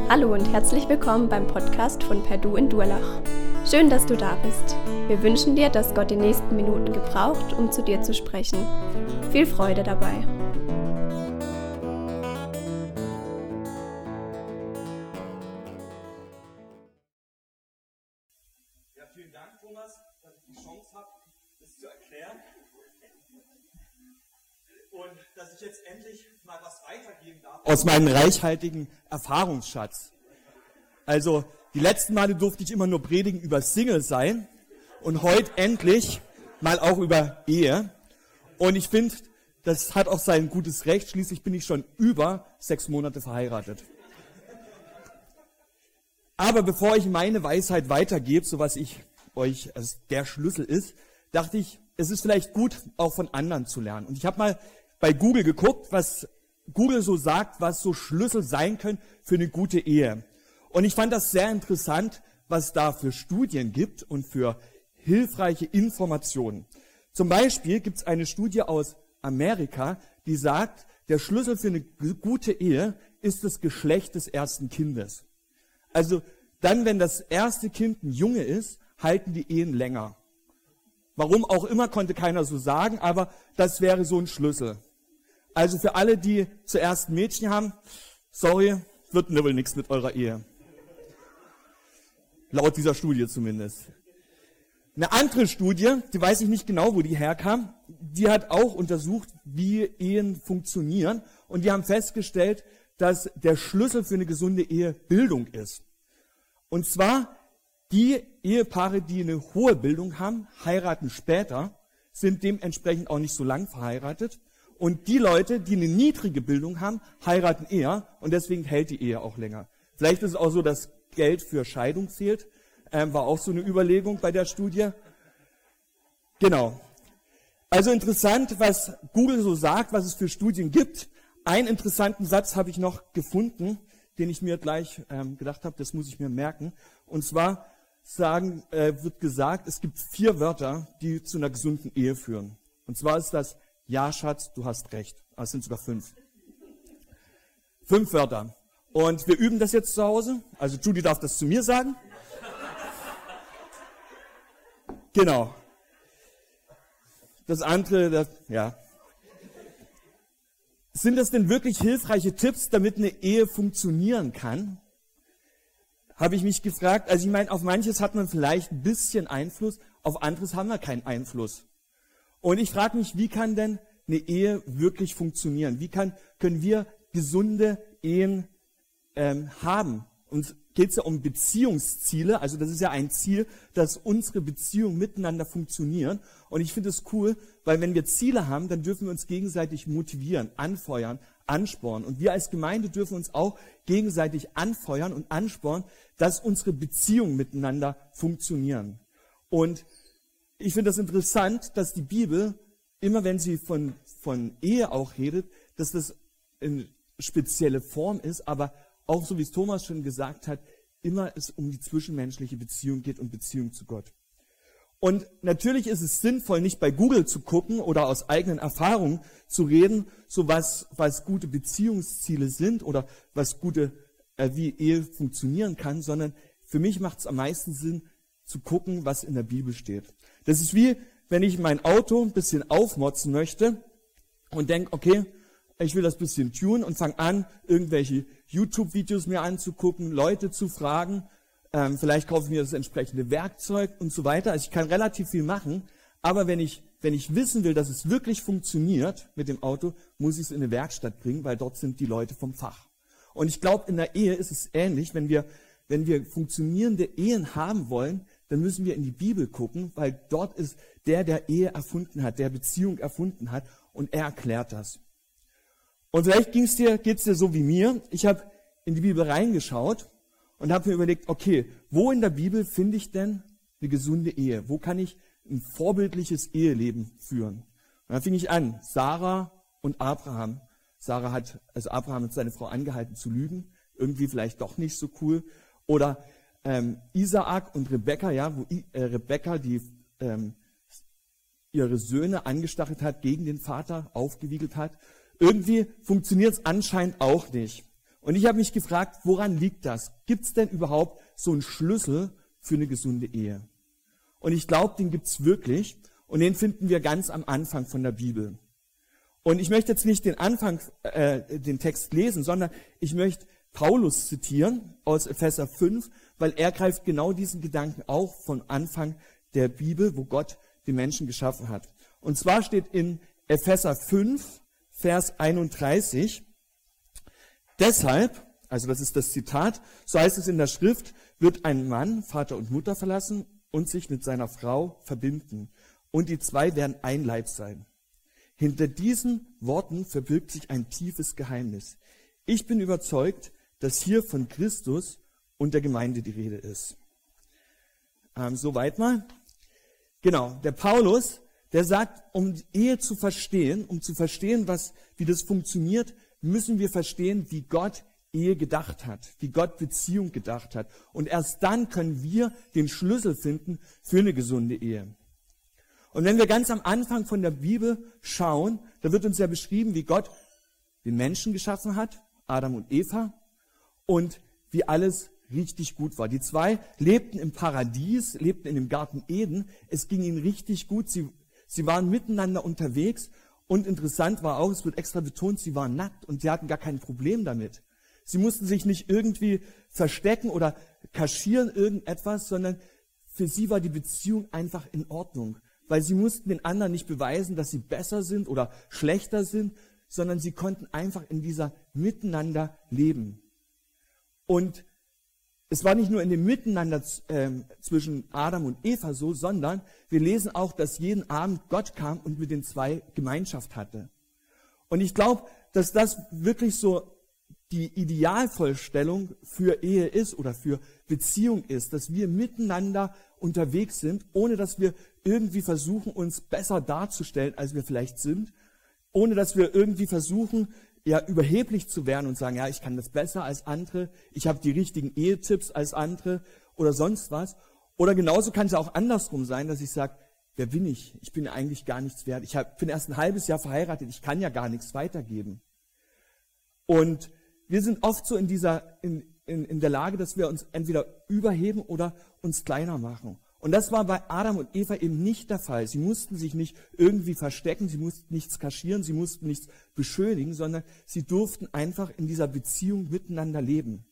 Hallo und herzlich willkommen beim Podcast von Perdu in Durlach. Schön, dass du da bist. Wir wünschen dir, dass Gott die nächsten Minuten gebraucht, um zu dir zu sprechen. Viel Freude dabei. Ja, vielen Dank, Thomas, dass ich die Chance habe, das zu erklären. Und dass ich jetzt endlich mal was weitergeben darf aus meinem reichhaltigen Erfahrungsschatz. Also, die letzten Male durfte ich immer nur predigen über Single sein und heute endlich mal auch über Ehe. Und ich finde, das hat auch sein gutes Recht. Schließlich bin ich schon über 6 Monate verheiratet. Aber bevor ich meine Weisheit weitergebe, so was ich euch als der Schlüssel ist, dachte ich, es ist vielleicht gut, auch von anderen zu lernen. Und ich habe mal bei Google geguckt, was Google so sagt, was so Schlüssel sein können für eine gute Ehe. Und ich fand das sehr interessant, was da für Studien gibt und für hilfreiche Informationen. Zum Beispiel gibt es eine Studie aus Amerika, die sagt, der Schlüssel für eine gute Ehe ist das Geschlecht des ersten Kindes. Also dann, wenn das erste Kind ein Junge ist, halten die Ehen länger. Warum auch immer, konnte keiner so sagen, aber das wäre so ein Schlüssel. Also für alle, die zuerst ein Mädchen haben, sorry, wird wohl nichts mit eurer Ehe. Laut dieser Studie zumindest. Eine andere Studie, die weiß ich nicht genau, wo die herkam, die hat auch untersucht, wie Ehen funktionieren. Und die haben festgestellt, dass der Schlüssel für eine gesunde Ehe Bildung ist. Und zwar die Ehepaare, die eine hohe Bildung haben, heiraten später, sind dementsprechend auch nicht so lang verheiratet. Und die Leute, die eine niedrige Bildung haben, heiraten eher und deswegen hält die Ehe auch länger. Vielleicht ist es auch so, dass Geld für Scheidung fehlt. War auch so eine Überlegung bei der Studie. Genau. Also interessant, was Google so sagt, was es für Studien gibt. Einen interessanten Satz habe ich noch gefunden, den ich mir gleich gedacht habe, das muss ich mir merken. Und zwar wird gesagt, es gibt 4 Wörter, die zu einer gesunden Ehe führen. Und zwar ist das: Ja, Schatz, du hast recht. Aber es sind sogar 5. 5 Wörter. Und wir üben das jetzt zu Hause. Also Judy darf das zu mir sagen. Genau. Das andere, ja. Sind das denn wirklich hilfreiche Tipps, damit eine Ehe funktionieren kann? Habe ich mich gefragt. Also ich meine, auf manches hat man vielleicht ein bisschen Einfluss, auf anderes haben wir keinen Einfluss. Und ich frage mich, wie kann denn eine Ehe wirklich funktionieren? Wie können wir gesunde Ehen haben? Uns geht es ja um Beziehungsziele, also das ist ja ein Ziel, dass unsere Beziehungen miteinander funktionieren. Und ich finde es cool, weil wenn wir Ziele haben, dann dürfen wir uns gegenseitig motivieren, anfeuern, anspornen. Und wir als Gemeinde dürfen uns auch gegenseitig anfeuern und anspornen, dass unsere Beziehungen miteinander funktionieren. Und ich finde das interessant, dass die Bibel, immer wenn sie von Ehe auch redet, dass das eine spezielle Form ist, aber auch so wie es Thomas schon gesagt hat, immer es um die zwischenmenschliche Beziehung geht und Beziehung zu Gott. Und natürlich ist es sinnvoll, nicht bei Google zu gucken oder aus eigenen Erfahrungen zu reden, so was gute Beziehungsziele sind oder wie Ehe funktionieren kann, sondern für mich macht es am meisten Sinn, zu gucken, was in der Bibel steht. Das ist wie, wenn ich mein Auto ein bisschen aufmotzen möchte und denke, okay, ich will das bisschen tunen und fange an, irgendwelche YouTube-Videos mir anzugucken, Leute zu fragen, vielleicht kaufe ich mir das entsprechende Werkzeug und so weiter. Also ich kann relativ viel machen, aber wenn ich wissen will, dass es wirklich funktioniert mit dem Auto, muss ich es in eine Werkstatt bringen, weil dort sind die Leute vom Fach. Und ich glaube, in der Ehe ist es ähnlich, wenn wir funktionierende Ehen haben wollen, dann müssen wir in die Bibel gucken, weil dort ist der Ehe erfunden hat, der Beziehung erfunden hat und er erklärt das. Und vielleicht geht's dir so wie mir. Ich habe in die Bibel reingeschaut und habe mir überlegt, okay, wo in der Bibel finde ich denn eine gesunde Ehe? Wo kann ich ein vorbildliches Eheleben führen? Und dann fing ich an, Sarah und Abraham. Abraham hat seine Frau angehalten zu lügen. Irgendwie vielleicht doch nicht so cool. Oder Isaak und Rebekka, ja, wo Rebekka die ihre Söhne angestachelt hat, gegen den Vater aufgewiegelt hat. Irgendwie funktioniert es anscheinend auch nicht. Und ich habe mich gefragt, woran liegt das? Gibt es denn überhaupt so einen Schlüssel für eine gesunde Ehe? Und ich glaube, den gibt's wirklich. Und den finden wir ganz am Anfang von der Bibel. Und ich möchte jetzt nicht den Text lesen, sondern ich möchte Paulus zitieren aus Epheser 5, weil er greift genau diesen Gedanken auch von Anfang der Bibel, wo Gott die Menschen geschaffen hat. Und zwar steht in Epheser 5, Vers 31, deshalb, also das ist das Zitat, so heißt es in der Schrift, wird ein Mann Vater und Mutter verlassen und sich mit seiner Frau verbinden. Und die zwei werden ein Leib sein. Hinter diesen Worten verbirgt sich ein tiefes Geheimnis. Ich bin überzeugt, dass hier von Christus und der Gemeinde die Rede ist. Soweit mal. Genau, der Paulus, der sagt, um die Ehe zu verstehen, wie das funktioniert, müssen wir verstehen, wie Gott Ehe gedacht hat, wie Gott Beziehung gedacht hat. Und erst dann können wir den Schlüssel finden für eine gesunde Ehe. Und wenn wir ganz am Anfang von der Bibel schauen, da wird uns ja beschrieben, wie Gott den Menschen geschaffen hat, Adam und Eva, und wie alles richtig gut war. Die zwei lebten im Paradies, lebten in dem Garten Eden. Es ging ihnen richtig gut. Sie waren miteinander unterwegs. Und interessant war auch, es wird extra betont, sie waren nackt und sie hatten gar kein Problem damit. Sie mussten sich nicht irgendwie verstecken oder kaschieren irgendetwas, sondern für sie war die Beziehung einfach in Ordnung. Weil sie mussten den anderen nicht beweisen, dass sie besser sind oder schlechter sind, sondern sie konnten einfach in dieser Miteinander leben. Und es war nicht nur in dem Miteinander zwischen Adam und Eva so, sondern wir lesen auch, dass jeden Abend Gott kam und mit den zwei Gemeinschaft hatte. Und ich glaube, dass das wirklich so die Idealvorstellung für Ehe ist oder für Beziehung ist, dass wir miteinander unterwegs sind, ohne dass wir irgendwie versuchen, uns besser darzustellen, als wir vielleicht sind, ohne dass wir irgendwie versuchen, ja, überheblich zu werden und sagen, ja, ich kann das besser als andere, ich habe die richtigen Ehetipps als andere oder sonst was. Oder genauso kann es auch andersrum sein, dass ich sage, wer bin ich? Ich bin eigentlich gar nichts wert. Ich bin erst ein halbes Jahr verheiratet, ich kann ja gar nichts weitergeben. Und wir sind oft so in der Lage, dass wir uns entweder überheben oder uns kleiner machen. Und das war bei Adam und Eva eben nicht der Fall. Sie mussten sich nicht irgendwie verstecken, sie mussten nichts kaschieren, sie mussten nichts beschönigen, sondern sie durften einfach in dieser Beziehung miteinander leben.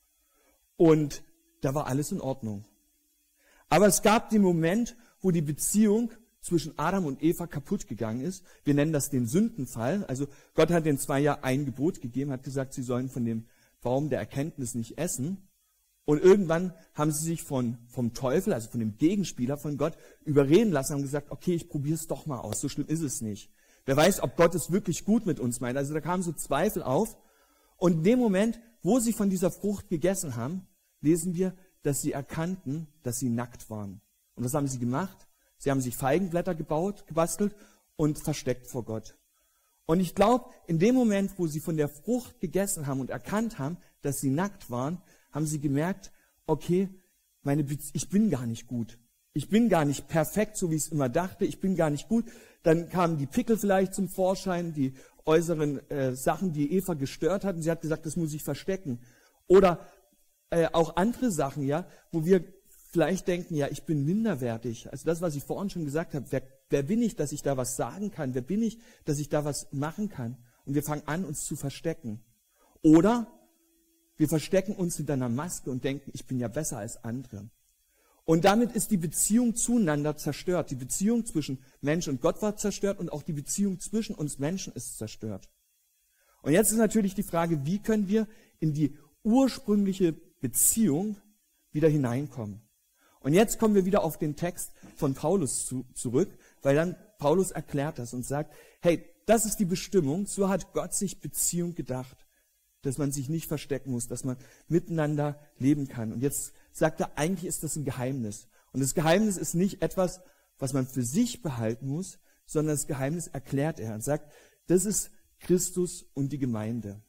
Und da war alles in Ordnung. Aber es gab den Moment, wo die Beziehung zwischen Adam und Eva kaputt gegangen ist. Wir nennen das den Sündenfall. Also Gott hat den zwei ja ein Gebot gegeben, hat gesagt, sie sollen von dem Baum der Erkenntnis nicht essen. Und irgendwann haben sie sich vom Teufel, also von dem Gegenspieler von Gott, überreden lassen und haben gesagt, okay, ich probiere es doch mal aus, so schlimm ist es nicht. Wer weiß, ob Gott es wirklich gut mit uns meint. Also da kamen so Zweifel auf. Und in dem Moment, wo sie von dieser Frucht gegessen haben, lesen wir, dass sie erkannten, dass sie nackt waren. Und was haben sie gemacht? Sie haben sich Feigenblätter gebastelt und versteckt vor Gott. Und ich glaube, in dem Moment, wo sie von der Frucht gegessen haben und erkannt haben, dass sie nackt waren, haben sie gemerkt, okay, ich bin gar nicht gut. Ich bin gar nicht perfekt, so wie ich es immer dachte. Ich bin gar nicht gut. Dann kamen die Pickel vielleicht zum Vorschein, die äußeren Sachen, die Eva gestört hatten. Sie hat gesagt, das muss ich verstecken. Oder auch andere Sachen, ja, wo wir vielleicht denken, ja, ich bin minderwertig. Also das, was ich vorhin schon gesagt habe, wer bin ich, dass ich da was sagen kann? Wer bin ich, dass ich da was machen kann? Und wir fangen an, uns zu verstecken. Oder wir verstecken uns hinter einer Maske und denken, ich bin ja besser als andere. Und damit ist die Beziehung zueinander zerstört. Die Beziehung zwischen Mensch und Gott war zerstört und auch die Beziehung zwischen uns Menschen ist zerstört. Und jetzt ist natürlich die Frage, wie können wir in die ursprüngliche Beziehung wieder hineinkommen? Und jetzt kommen wir wieder auf den Text von Paulus zurück, weil dann Paulus erklärt das und sagt, hey, das ist die Bestimmung, so hat Gott sich Beziehung gedacht, dass man sich nicht verstecken muss, dass man miteinander leben kann. Und jetzt sagt er, eigentlich ist das ein Geheimnis. Und das Geheimnis ist nicht etwas, was man für sich behalten muss, sondern das Geheimnis erklärt er und sagt, das ist Christus und die Gemeinde.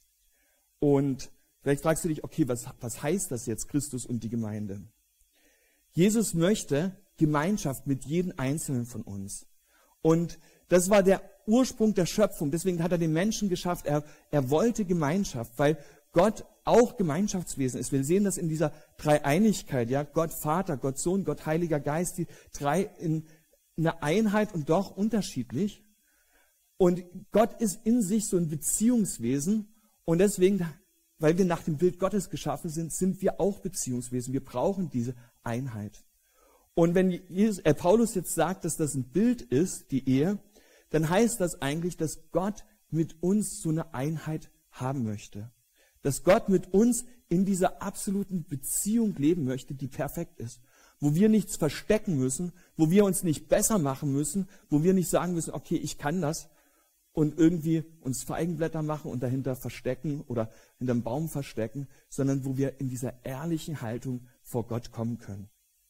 Und vielleicht fragst du dich, okay, was heißt das jetzt, Christus und die Gemeinde? Jesus möchte Gemeinschaft mit jedem Einzelnen von uns. Und das war der Ursprung der Schöpfung. Deswegen hat er den Menschen geschafft. Er wollte Gemeinschaft, weil Gott auch Gemeinschaftswesen ist. Wir sehen das in dieser Dreieinigkeit, ja, Gott Vater, Gott Sohn, Gott Heiliger Geist, die drei in einer Einheit und doch unterschiedlich. Und Gott ist in sich so ein Beziehungswesen und deswegen, weil wir nach dem Bild Gottes geschaffen sind, sind wir auch Beziehungswesen. Wir brauchen diese Einheit. Und wenn Paulus jetzt sagt, dass das ein Bild ist, die Ehe, dann heißt das eigentlich, dass Gott mit uns so eine Einheit haben möchte. Dass Gott mit uns in dieser absoluten Beziehung leben möchte, die perfekt ist. Wo wir nichts verstecken müssen, wo wir uns nicht besser machen müssen, wo wir nicht sagen müssen, okay, ich kann das und irgendwie uns Feigenblätter machen und dahinter verstecken oder hinterm Baum verstecken, sondern wo wir in dieser ehrlichen Haltung vor Gott kommen können.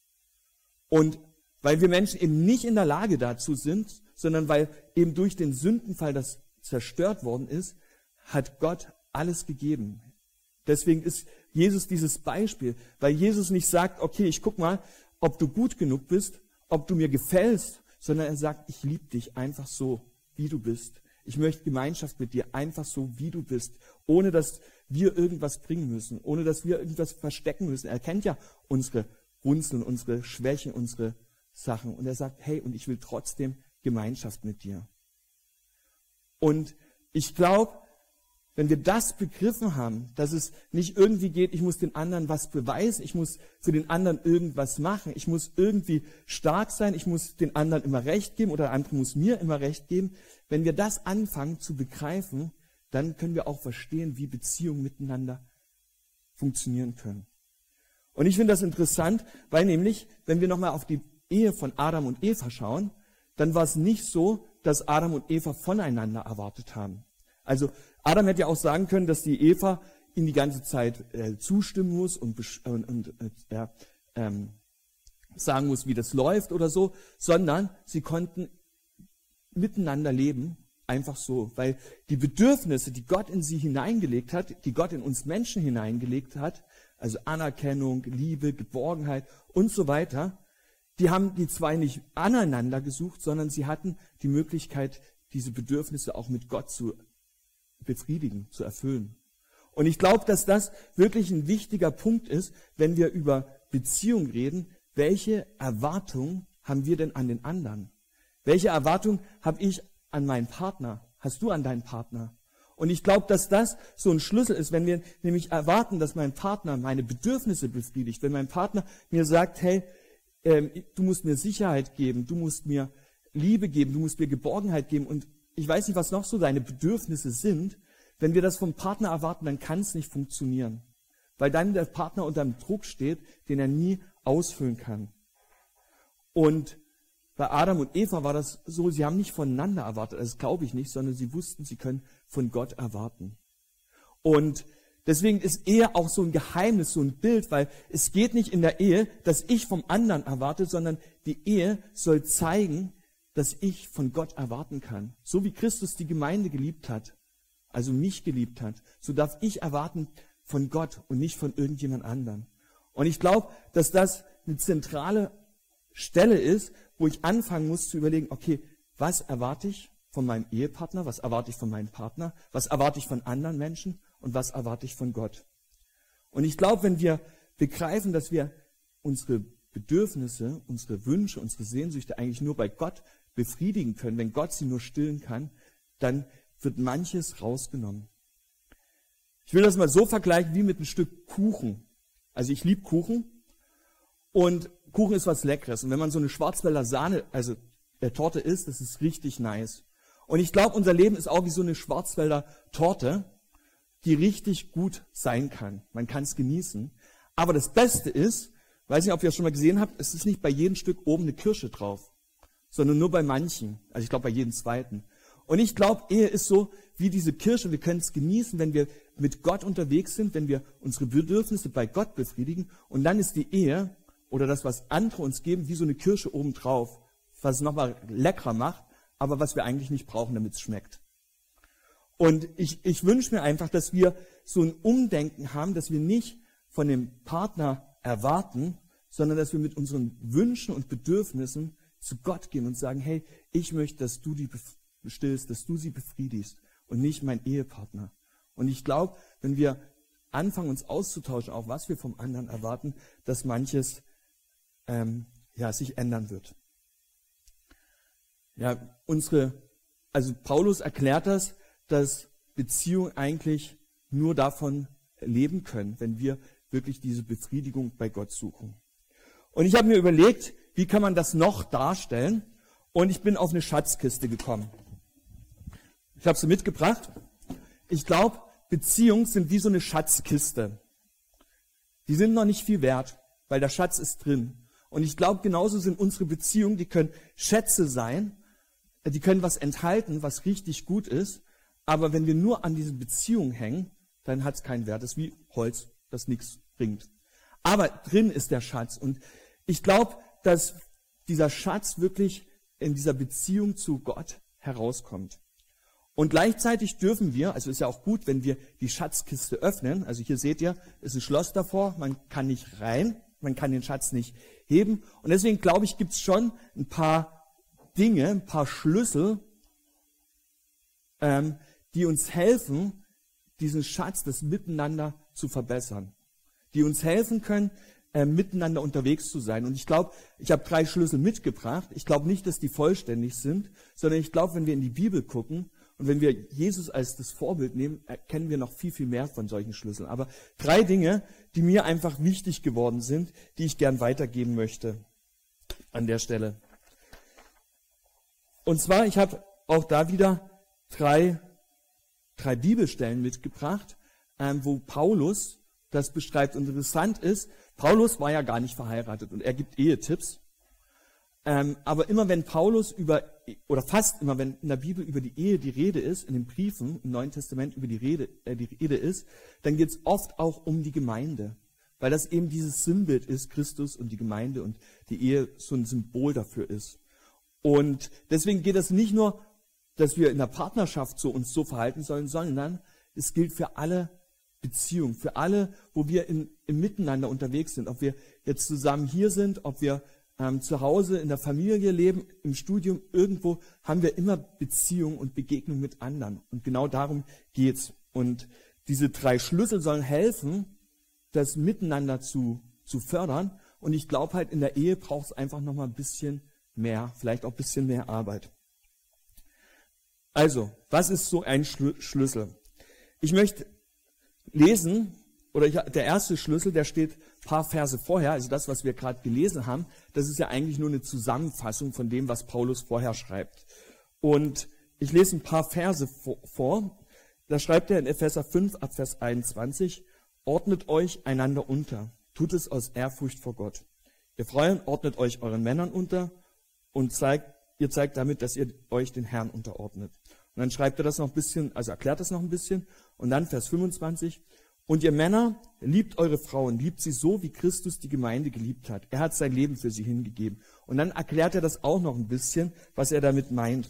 Und weil wir Menschen eben nicht in der Lage dazu sind, sondern weil eben durch den Sündenfall das zerstört worden ist, hat Gott alles gegeben. Deswegen ist Jesus dieses Beispiel, weil Jesus nicht sagt, okay, ich guck mal, ob du gut genug bist, ob du mir gefällst, sondern er sagt, ich liebe dich einfach so, wie du bist. Ich möchte Gemeinschaft mit dir, einfach so, wie du bist, ohne dass wir irgendwas bringen müssen, ohne dass wir irgendwas verstecken müssen. Er kennt ja unsere Runzeln, unsere Schwächen, unsere Sachen. Und er sagt, hey, und ich will trotzdem Gemeinschaft mit dir. Und ich glaube, wenn wir das begriffen haben, dass es nicht irgendwie geht, ich muss den anderen was beweisen, ich muss für den anderen irgendwas machen, ich muss irgendwie stark sein, ich muss den anderen immer Recht geben oder der andere muss mir immer Recht geben. Wenn wir das anfangen zu begreifen, dann können wir auch verstehen, wie Beziehungen miteinander funktionieren können. Und ich finde das interessant, weil nämlich, wenn wir nochmal auf die Ehe von Adam und Eva schauen, dann war es nicht so, dass Adam und Eva voneinander erwartet haben. Also Adam hätte ja auch sagen können, dass die Eva ihm die ganze Zeit zustimmen muss und sagen muss, wie das läuft oder so, sondern sie konnten miteinander leben, einfach so, weil die Bedürfnisse, die Gott in sie hineingelegt hat, die Gott in uns Menschen hineingelegt hat, also Anerkennung, Liebe, Geborgenheit und so weiter, die haben die zwei nicht aneinander gesucht, sondern sie hatten die Möglichkeit, diese Bedürfnisse auch mit Gott zu befriedigen, zu erfüllen. Und ich glaube, dass das wirklich ein wichtiger Punkt ist, wenn wir über Beziehung reden. Welche Erwartungen haben wir denn an den anderen? Welche Erwartungen habe ich an meinen Partner? Hast du an deinen Partner? Und ich glaube, dass das so ein Schlüssel ist, wenn wir nämlich erwarten, dass mein Partner meine Bedürfnisse befriedigt. Wenn mein Partner mir sagt, hey, du musst mir Sicherheit geben, du musst mir Liebe geben, du musst mir Geborgenheit geben und ich weiß nicht, was noch so deine Bedürfnisse sind. Wenn wir das vom Partner erwarten, dann kann es nicht funktionieren. Weil dann der Partner unter einem Druck steht, den er nie ausfüllen kann. Und bei Adam und Eva war das so, sie haben nicht voneinander erwartet, das glaube ich nicht, sondern sie wussten, sie können von Gott erwarten. Und deswegen ist Ehe auch so ein Geheimnis, so ein Bild, weil es geht nicht in der Ehe, dass ich vom anderen erwarte, sondern die Ehe soll zeigen, dass ich von Gott erwarten kann. So wie Christus die Gemeinde geliebt hat, also mich geliebt hat, so darf ich erwarten von Gott und nicht von irgendjemand anderem. Und ich glaube, dass das eine zentrale Stelle ist, wo ich anfangen muss zu überlegen, okay, was erwarte ich von meinem Ehepartner, was erwarte ich von meinem Partner, was erwarte ich von anderen Menschen und was erwarte ich von Gott. Und ich glaube, wenn wir begreifen, dass wir unsere Bedürfnisse, unsere Wünsche, unsere Sehnsüchte eigentlich nur bei Gott befriedigen können, wenn Gott sie nur stillen kann, dann wird manches rausgenommen. Ich will das mal so vergleichen wie mit einem Stück Kuchen. Also ich liebe Kuchen und Kuchen ist was Leckeres. Und wenn man so eine Schwarzwälder Sahne, also Torte isst, das ist richtig nice. Und ich glaube, unser Leben ist auch wie so eine Schwarzwälder Torte, die richtig gut sein kann. Man kann es genießen. Aber das Beste ist, weiß nicht, ob ihr das schon mal gesehen habt, es ist nicht bei jedem Stück oben eine Kirsche drauf, sondern nur bei manchen. Also ich glaube bei jedem zweiten. Und ich glaube, Ehe ist so wie diese Kirsche. Wir können es genießen, wenn wir mit Gott unterwegs sind, wenn wir unsere Bedürfnisse bei Gott befriedigen. Und dann ist die Ehe oder das, was andere uns geben, wie so eine Kirsche obendrauf, was es nochmal leckerer macht, aber was wir eigentlich nicht brauchen, damit es schmeckt. Und ich wünsche mir einfach, dass wir so ein Umdenken haben, dass wir nicht von dem Partner erwarten, sondern dass wir mit unseren Wünschen und Bedürfnissen zu Gott gehen und sagen, hey, ich möchte, dass du die bestillst, dass du sie befriedigst und nicht mein Ehepartner. Und ich glaube, wenn wir anfangen, uns auszutauschen, auch was wir vom anderen erwarten, dass manches sich ändern wird. Ja, also Paulus erklärt das, dass Beziehungen eigentlich nur davon leben können, wenn wir wirklich diese Befriedigung bei Gott suchen. Und ich habe mir überlegt, wie kann man das noch darstellen? Und ich bin auf eine Schatzkiste gekommen. Ich habe sie mitgebracht. Ich glaube, Beziehungen sind wie so eine Schatzkiste. Die sind noch nicht viel wert, weil der Schatz ist drin. Und ich glaube, genauso sind unsere Beziehungen, die können Schätze sein, die können was enthalten, was richtig gut ist. Aber wenn wir nur an diese Beziehung hängen, dann hat es keinen Wert. Das ist wie Holz, das nichts bringt. Aber drin ist der Schatz. Und ich glaube, dass dieser Schatz wirklich in dieser Beziehung zu Gott herauskommt. Und gleichzeitig dürfen wir, also ist ja auch gut, wenn wir die Schatzkiste öffnen, also hier seht ihr, ist ein Schloss davor, man kann nicht rein, man kann den Schatz nicht heben. Und deswegen glaube ich, gibt es schon ein paar Dinge, ein paar Schlüssel, die uns helfen, diesen Schatz, das Miteinander zu verbessern. Die uns helfen können, miteinander unterwegs zu sein. Und ich glaube, ich habe 3 Schlüssel mitgebracht. Ich glaube nicht, dass die vollständig sind, sondern ich glaube, wenn wir in die Bibel gucken und wenn wir Jesus als das Vorbild nehmen, erkennen wir noch viel, viel mehr von solchen Schlüsseln. Aber 3 Dinge, die mir einfach wichtig geworden sind, die ich gern weitergeben möchte an der Stelle. Und zwar, ich habe auch da wieder 3 Bibelstellen mitgebracht, wo Paulus das beschreibt. Und interessant ist, Paulus war ja gar nicht verheiratet und er gibt Ehetipps. Aber immer wenn fast immer wenn in der Bibel über die Ehe die Rede ist, in den Briefen im Neuen Testament über die Rede ist, dann geht es oft auch um die Gemeinde. Weil das eben dieses Sinnbild ist, Christus und die Gemeinde und die Ehe so ein Symbol dafür ist. Und deswegen geht es nicht nur, dass wir in der Partnerschaft uns so verhalten sollen, sondern es gilt für alle Beziehungen, für alle, wo wir im Miteinander unterwegs sind. Ob wir jetzt zusammen hier sind, ob wir zu Hause in der Familie leben, im Studium, irgendwo haben wir immer Beziehung und Begegnung mit anderen. Und genau darum geht's. Und diese 3 Schlüssel sollen helfen, das Miteinander zu fördern. Und ich glaube halt, in der Ehe braucht es einfach noch mal ein bisschen mehr, vielleicht auch ein bisschen mehr Arbeit. Also, was ist so ein Schlüssel? Ich möchte lesen, der erste Schlüssel, der steht ein paar Verse vorher, also das, was wir gerade gelesen haben, das ist ja eigentlich nur eine Zusammenfassung von dem, was Paulus vorher schreibt. Und ich lese ein paar Verse vor. Da schreibt er in Epheser 5 ab Vers 21, ordnet euch einander unter, tut es aus Ehrfurcht vor Gott. Ihr Frauen ordnet euch euren Männern unter und ihr zeigt damit, dass ihr euch den Herrn unterordnet. Und dann schreibt er das noch ein bisschen, also erklärt das noch ein bisschen. Und dann Vers 25. Und ihr Männer, liebt eure Frauen, liebt sie so, wie Christus die Gemeinde geliebt hat. Er hat sein Leben für sie hingegeben. Und dann erklärt er das auch noch ein bisschen, was er damit meint.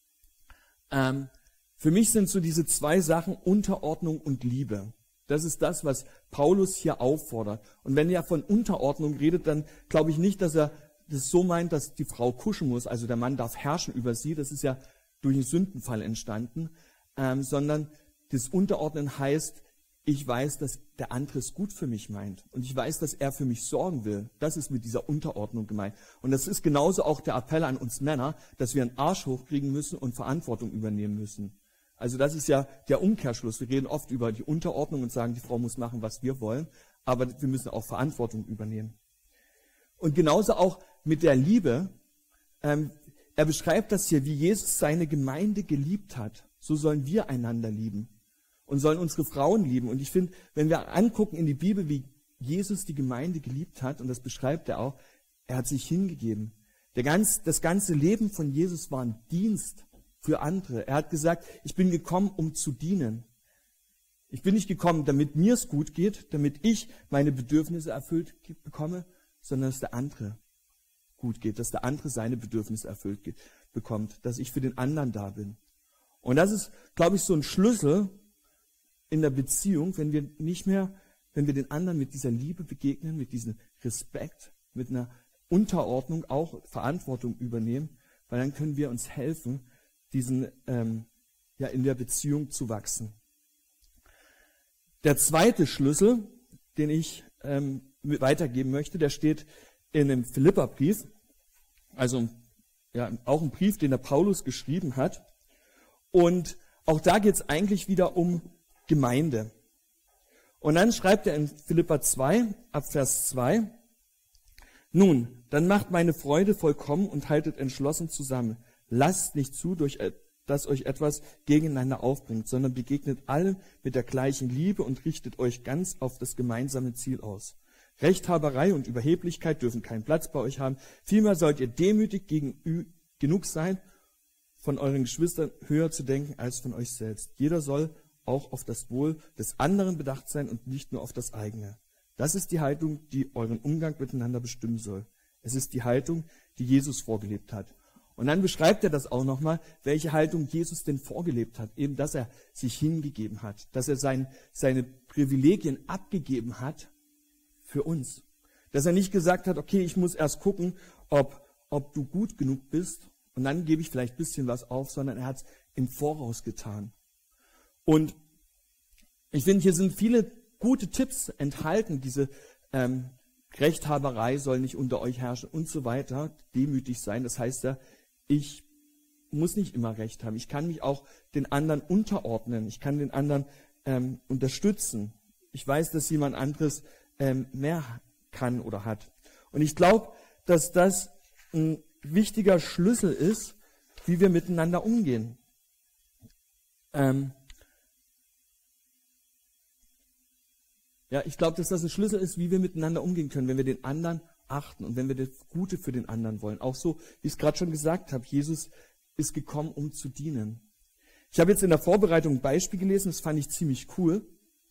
Für mich sind so diese 2 Sachen Unterordnung und Liebe. Das ist das, was Paulus hier auffordert. Und wenn er von Unterordnung redet, dann glaube ich nicht, dass er das so meint, dass die Frau kuschen muss, also der Mann darf herrschen über sie, das ist ja durch den Sündenfall entstanden, sondern das Unterordnen heißt, ich weiß, dass der andere es gut für mich meint und ich weiß, dass er für mich sorgen will. Das ist mit dieser Unterordnung gemeint. Und das ist genauso auch der Appell an uns Männer, dass wir einen Arsch hochkriegen müssen und Verantwortung übernehmen müssen. Also das ist ja der Umkehrschluss. Wir reden oft über die Unterordnung und sagen, die Frau muss machen, was wir wollen, aber wir müssen auch Verantwortung übernehmen. Und genauso auch mit der Liebe. Er beschreibt das hier, wie Jesus seine Gemeinde geliebt hat. So sollen wir einander lieben und sollen unsere Frauen lieben. Und ich finde, wenn wir angucken in die Bibel, wie Jesus die Gemeinde geliebt hat, und das beschreibt er auch, er hat sich hingegeben. Das ganze Leben von Jesus war ein Dienst für andere. Er hat gesagt, ich bin gekommen, um zu dienen. Ich bin nicht gekommen, damit mir es gut geht, damit ich meine Bedürfnisse erfüllt bekomme, sondern dass der andere gut geht, dass der andere seine Bedürfnisse erfüllt bekommt, dass ich für den anderen da bin. Und das ist, glaube ich, so ein Schlüssel in der Beziehung, wenn wir den anderen mit dieser Liebe begegnen, mit diesem Respekt, mit einer Unterordnung auch Verantwortung übernehmen, weil dann können wir uns helfen, in der Beziehung zu wachsen. Der zweite Schlüssel, den ich weitergeben möchte, der steht in dem Philipperbrief, also ja, auch ein Brief, den der Paulus geschrieben hat. Und auch da geht es eigentlich wieder um Gemeinde. Und dann schreibt er in Philipper 2, ab Vers 2, nun, dann macht meine Freude vollkommen und haltet entschlossen zusammen. Lasst nicht zu, dass euch etwas gegeneinander aufbringt, sondern begegnet allen mit der gleichen Liebe und richtet euch ganz auf das gemeinsame Ziel aus. Rechthaberei und Überheblichkeit dürfen keinen Platz bei euch haben. Vielmehr sollt ihr demütig genug sein, von euren Geschwistern höher zu denken als von euch selbst. Jeder soll auch auf das Wohl des anderen bedacht sein und nicht nur auf das eigene. Das ist die Haltung, die euren Umgang miteinander bestimmen soll. Es ist die Haltung, die Jesus vorgelebt hat. Und dann beschreibt er das auch nochmal, welche Haltung Jesus denn vorgelebt hat. Eben, dass er sich hingegeben hat, dass er seine Privilegien abgegeben hat für uns. Dass er nicht gesagt hat, okay, ich muss erst gucken, ob du gut genug bist und dann gebe ich vielleicht ein bisschen was auf, sondern er hat es im Voraus getan. Und ich finde, hier sind viele gute Tipps enthalten, diese Rechthaberei soll nicht unter euch herrschen und so weiter, demütig sein. Das heißt ja, ich muss nicht immer Recht haben. Ich kann mich auch den anderen unterordnen. Ich kann den anderen unterstützen. Ich weiß, dass jemand anderes mehr kann oder hat. Und ich glaube, dass das ein wichtiger Schlüssel ist, wie wir miteinander umgehen. Ich glaube, dass das ein Schlüssel ist, wie wir miteinander umgehen können, wenn wir den anderen achten und wenn wir das Gute für den anderen wollen. Auch so, wie ich es gerade schon gesagt habe, Jesus ist gekommen, um zu dienen. Ich habe jetzt in der Vorbereitung ein Beispiel gelesen, das fand ich ziemlich cool.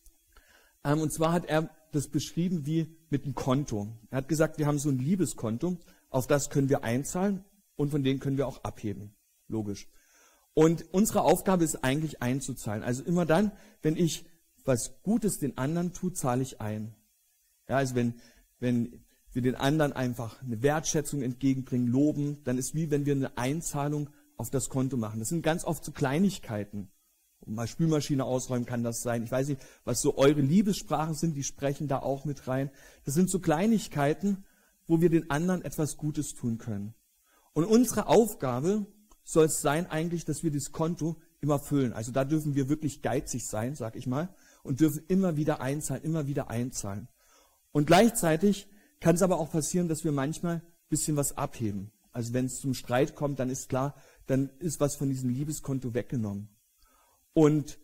Und zwar hat er das beschrieben wie mit einem Konto. Er hat gesagt, wir haben so ein Liebeskonto, auf das können wir einzahlen und von denen können wir auch abheben. Logisch. Und unsere Aufgabe ist eigentlich einzuzahlen. Also immer dann, wenn ich was Gutes den anderen tue, zahle ich ein. Ja, also wenn wir den anderen einfach eine Wertschätzung entgegenbringen, loben, dann ist wie wenn wir eine Einzahlung auf das Konto machen. Das sind ganz oft so Kleinigkeiten. Mal Spülmaschine ausräumen kann das sein. Ich weiß nicht, was so eure Liebessprachen sind, die sprechen da auch mit rein. Das sind so Kleinigkeiten, wo wir den anderen etwas Gutes tun können. Und unsere Aufgabe soll es sein eigentlich, dass wir das Konto immer füllen. Also da dürfen wir wirklich geizig sein, sag ich mal, und dürfen immer wieder einzahlen. Und gleichzeitig kann es aber auch passieren, dass wir manchmal ein bisschen was abheben. Also wenn es zum Streit kommt, dann ist klar, dann ist was von diesem Liebeskonto weggenommen. Und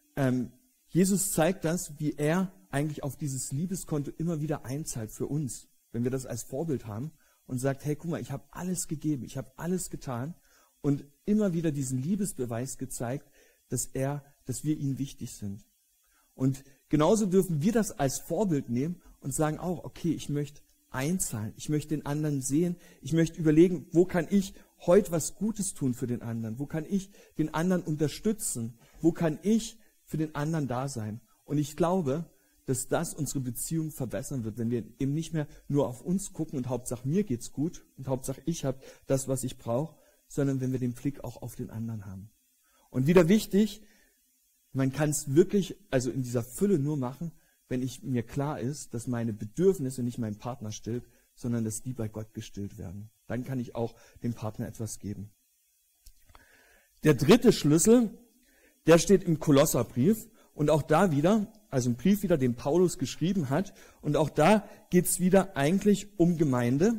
Jesus zeigt das, wie er eigentlich auf dieses Liebeskonto immer wieder einzahlt für uns, wenn wir das als Vorbild haben und sagt, hey, guck mal, ich habe alles gegeben, ich habe alles getan und immer wieder diesen Liebesbeweis gezeigt, dass wir ihm wichtig sind. Und genauso dürfen wir das als Vorbild nehmen und sagen auch, okay, ich möchte einzahlen, ich möchte den anderen sehen, ich möchte überlegen, wo kann ich heute was Gutes tun für den anderen, wo kann ich den anderen unterstützen, wo kann ich für den anderen da sein. Und ich glaube, dass das unsere Beziehung verbessern wird, wenn wir eben nicht mehr nur auf uns gucken und Hauptsache mir geht's gut und Hauptsache ich habe das, was ich brauche, sondern wenn wir den Blick auch auf den anderen haben. Und wieder wichtig, man kann es wirklich, also in dieser Fülle nur machen, wenn mir klar ist, dass meine Bedürfnisse nicht mein Partner stillt, sondern dass die bei Gott gestillt werden. Dann kann ich auch dem Partner etwas geben. Der dritte Schlüssel, der steht im Kolosserbrief und auch da wieder, also ein Brief wieder, den Paulus geschrieben hat, und auch da geht es wieder eigentlich um Gemeinde.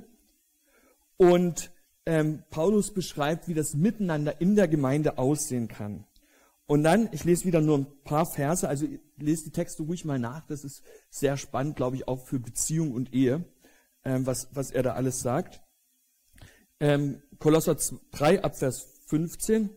Und Paulus beschreibt, wie das Miteinander in der Gemeinde aussehen kann. Und dann, ich lese wieder nur ein paar Verse, also lese die Texte ruhig mal nach, das ist sehr spannend, glaube ich, auch für Beziehung und Ehe, was er da alles sagt. Kolosser 3 ab Vers 15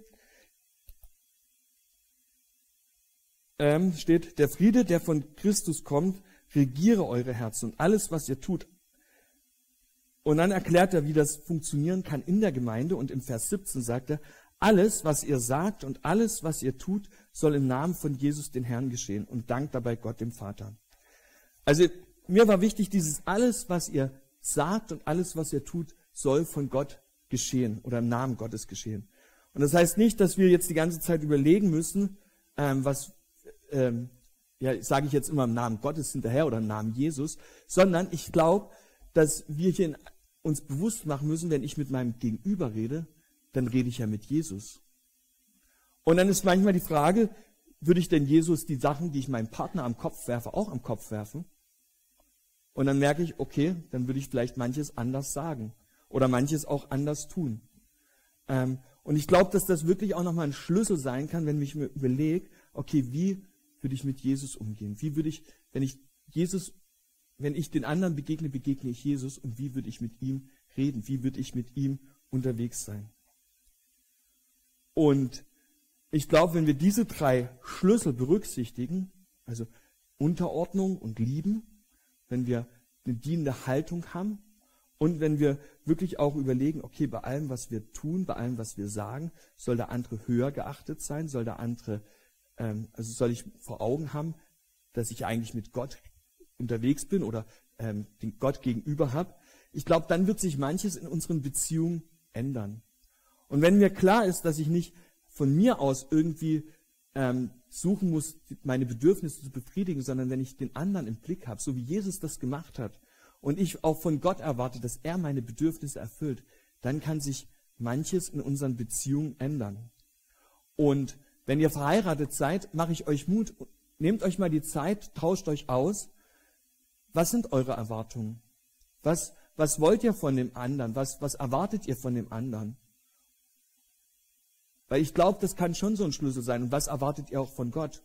steht, der Friede, der von Christus kommt, regiere eure Herzen und alles, was ihr tut. Und dann erklärt er, wie das funktionieren kann in der Gemeinde, und im Vers 17 sagt er, alles, was ihr sagt und alles, was ihr tut, soll im Namen von Jesus, den Herrn, geschehen, und dankt dabei Gott, dem Vater. Also mir war wichtig, dieses alles, was ihr sagt und alles, was ihr tut, soll von Gott geschehen oder im Namen Gottes geschehen. Und das heißt nicht, dass wir jetzt die ganze Zeit überlegen müssen, ja, sage ich jetzt immer im Namen Gottes hinterher oder im Namen Jesus, sondern ich glaube, dass wir hier uns bewusst machen müssen, wenn ich mit meinem Gegenüber rede, dann rede ich ja mit Jesus. Und dann ist manchmal die Frage, würde ich denn Jesus die Sachen, die ich meinem Partner am Kopf werfe, auch am Kopf werfen? Und dann merke ich, okay, dann würde ich vielleicht manches anders sagen oder manches auch anders tun. Und ich glaube, dass das wirklich auch nochmal ein Schlüssel sein kann, wenn ich mir überlege, okay, wie würde ich mit Jesus umgehen? Wie würde ich, wenn ich den anderen begegne ich Jesus und wie würde ich mit ihm reden? Wie würde ich mit ihm unterwegs sein? Und ich glaube, wenn wir diese 3 Schlüssel berücksichtigen, also Unterordnung und Lieben, wenn wir eine dienende Haltung haben und wenn wir wirklich auch überlegen, okay, bei allem, was wir tun, bei allem, was wir sagen, soll der andere höher geachtet sein, soll ich vor Augen haben, dass ich eigentlich mit Gott unterwegs bin oder den Gott gegenüber habe. Ich glaube, dann wird sich manches in unseren Beziehungen ändern. Und wenn mir klar ist, dass ich nicht von mir aus irgendwie suchen muss, meine Bedürfnisse zu befriedigen, sondern wenn ich den anderen im Blick habe, so wie Jesus das gemacht hat und ich auch von Gott erwarte, dass er meine Bedürfnisse erfüllt, dann kann sich manches in unseren Beziehungen ändern. Und wenn ihr verheiratet seid, mache ich euch Mut, nehmt euch mal die Zeit, tauscht euch aus. Was sind eure Erwartungen? Was wollt ihr von dem anderen? Was erwartet ihr von dem anderen? Weil ich glaube, das kann schon so ein Schlüssel sein. Und was erwartet ihr auch von Gott?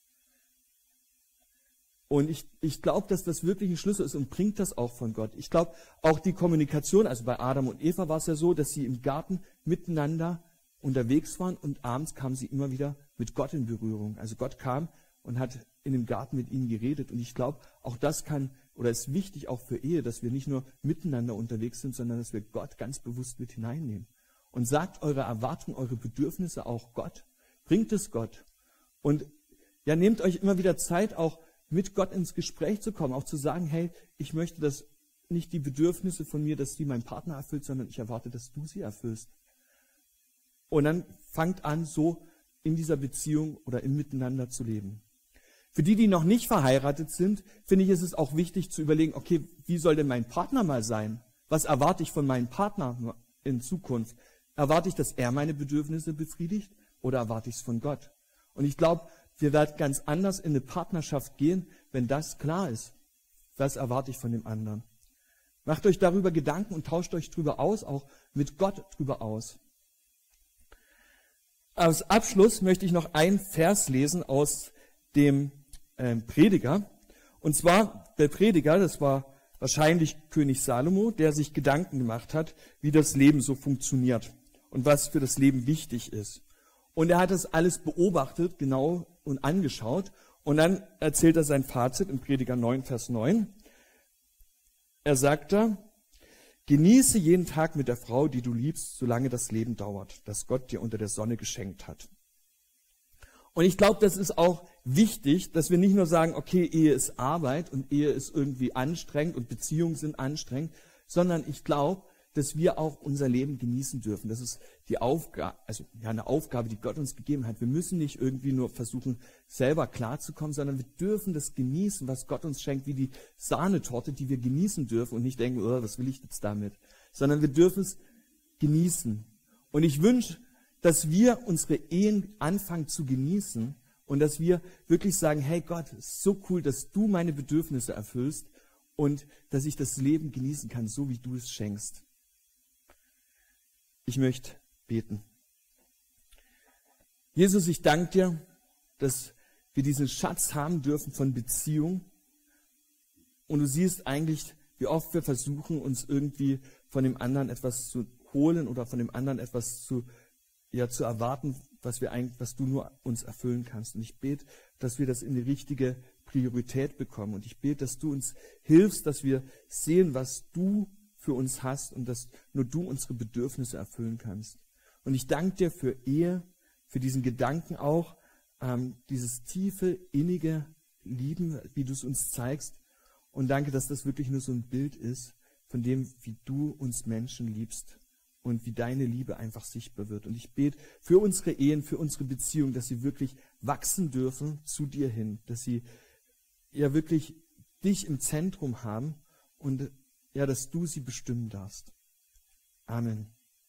Und ich glaube, dass das wirklich ein Schlüssel ist und bringt das auch von Gott. Ich glaube, auch die Kommunikation, also bei Adam und Eva war es ja so, dass sie im Garten miteinander unterwegs waren und abends kamen sie immer wieder mit Gott in Berührung. Also Gott kam und hat in dem Garten mit ihnen geredet. Und ich glaube, auch das ist wichtig auch für Ehe, dass wir nicht nur miteinander unterwegs sind, sondern dass wir Gott ganz bewusst mit hineinnehmen. Und sagt eure Erwartungen, eure Bedürfnisse auch Gott. Bringt es Gott. Und ja, nehmt euch immer wieder Zeit, auch mit Gott ins Gespräch zu kommen, auch zu sagen, hey, ich möchte das nicht die Bedürfnisse von mir, dass die mein Partner erfüllt, sondern ich erwarte, dass du sie erfüllst. Und dann fangt an, so in dieser Beziehung oder im Miteinander zu leben. Für die noch nicht verheiratet sind, finde ich, ist es auch wichtig zu überlegen, okay, wie soll denn mein Partner mal sein? Was erwarte ich von meinem Partner in Zukunft? Erwarte ich, dass er meine Bedürfnisse befriedigt oder erwarte ich es von Gott? Und ich glaube, wir werden ganz anders in eine Partnerschaft gehen, wenn das klar ist. Was erwarte ich von dem anderen? Macht euch darüber Gedanken und tauscht euch drüber aus, auch mit Gott drüber aus. Als Abschluss möchte ich noch einen Vers lesen aus dem Prediger. Und zwar der Prediger, das war wahrscheinlich König Salomo, der sich Gedanken gemacht hat, wie das Leben so funktioniert und was für das Leben wichtig ist. Und er hat das alles beobachtet, genau und angeschaut. Und dann erzählt er sein Fazit im Prediger 9, Vers 9. Er sagt da, genieße jeden Tag mit der Frau, die du liebst, solange das Leben dauert, das Gott dir unter der Sonne geschenkt hat. Und ich glaube, das ist auch wichtig, dass wir nicht nur sagen, okay, Ehe ist Arbeit und Ehe ist irgendwie anstrengend und Beziehungen sind anstrengend, sondern ich glaube, dass wir auch unser Leben genießen dürfen. Das ist die Aufgabe, eine Aufgabe, die Gott uns gegeben hat. Wir müssen nicht irgendwie nur versuchen, selber klarzukommen, sondern wir dürfen das genießen, was Gott uns schenkt, wie die Sahnetorte, die wir genießen dürfen und nicht denken, oh, was will ich jetzt damit? Sondern wir dürfen es genießen. Und ich wünsche, dass wir unsere Ehen anfangen zu genießen und dass wir wirklich sagen, hey Gott, es ist so cool, dass du meine Bedürfnisse erfüllst und dass ich das Leben genießen kann, so wie du es schenkst. Ich möchte beten. Jesus, ich danke dir, dass wir diesen Schatz haben dürfen von Beziehung. Und du siehst eigentlich, wie oft wir versuchen, uns irgendwie von dem anderen etwas zu holen oder von dem anderen etwas zu erwarten, was du nur uns erfüllen kannst. Und ich bete, dass wir das in die richtige Priorität bekommen. Und ich bete, dass du uns hilfst, dass wir sehen, was du für uns hast und dass nur du unsere Bedürfnisse erfüllen kannst. Und ich danke dir für Ehe, für diesen Gedanken auch, dieses tiefe, innige Lieben, wie du es uns zeigst. Und danke, dass das wirklich nur so ein Bild ist von dem, wie du uns Menschen liebst. und wie deine Liebe einfach sichtbar wird. Und ich bete für unsere Ehen, für unsere Beziehungen, dass sie wirklich wachsen dürfen zu dir hin, dass sie ja wirklich dich im Zentrum haben und ja, dass du sie bestimmen darfst. Amen.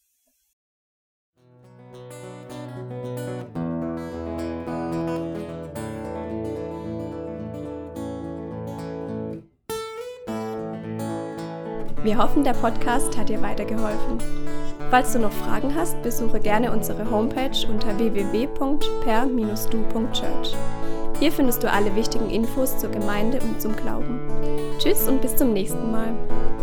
Wir hoffen, der Podcast hat dir weitergeholfen. Falls du noch Fragen hast, besuche gerne unsere Homepage unter www.per-du.church. Hier findest du alle wichtigen Infos zur Gemeinde und zum Glauben. Tschüss und bis zum nächsten Mal.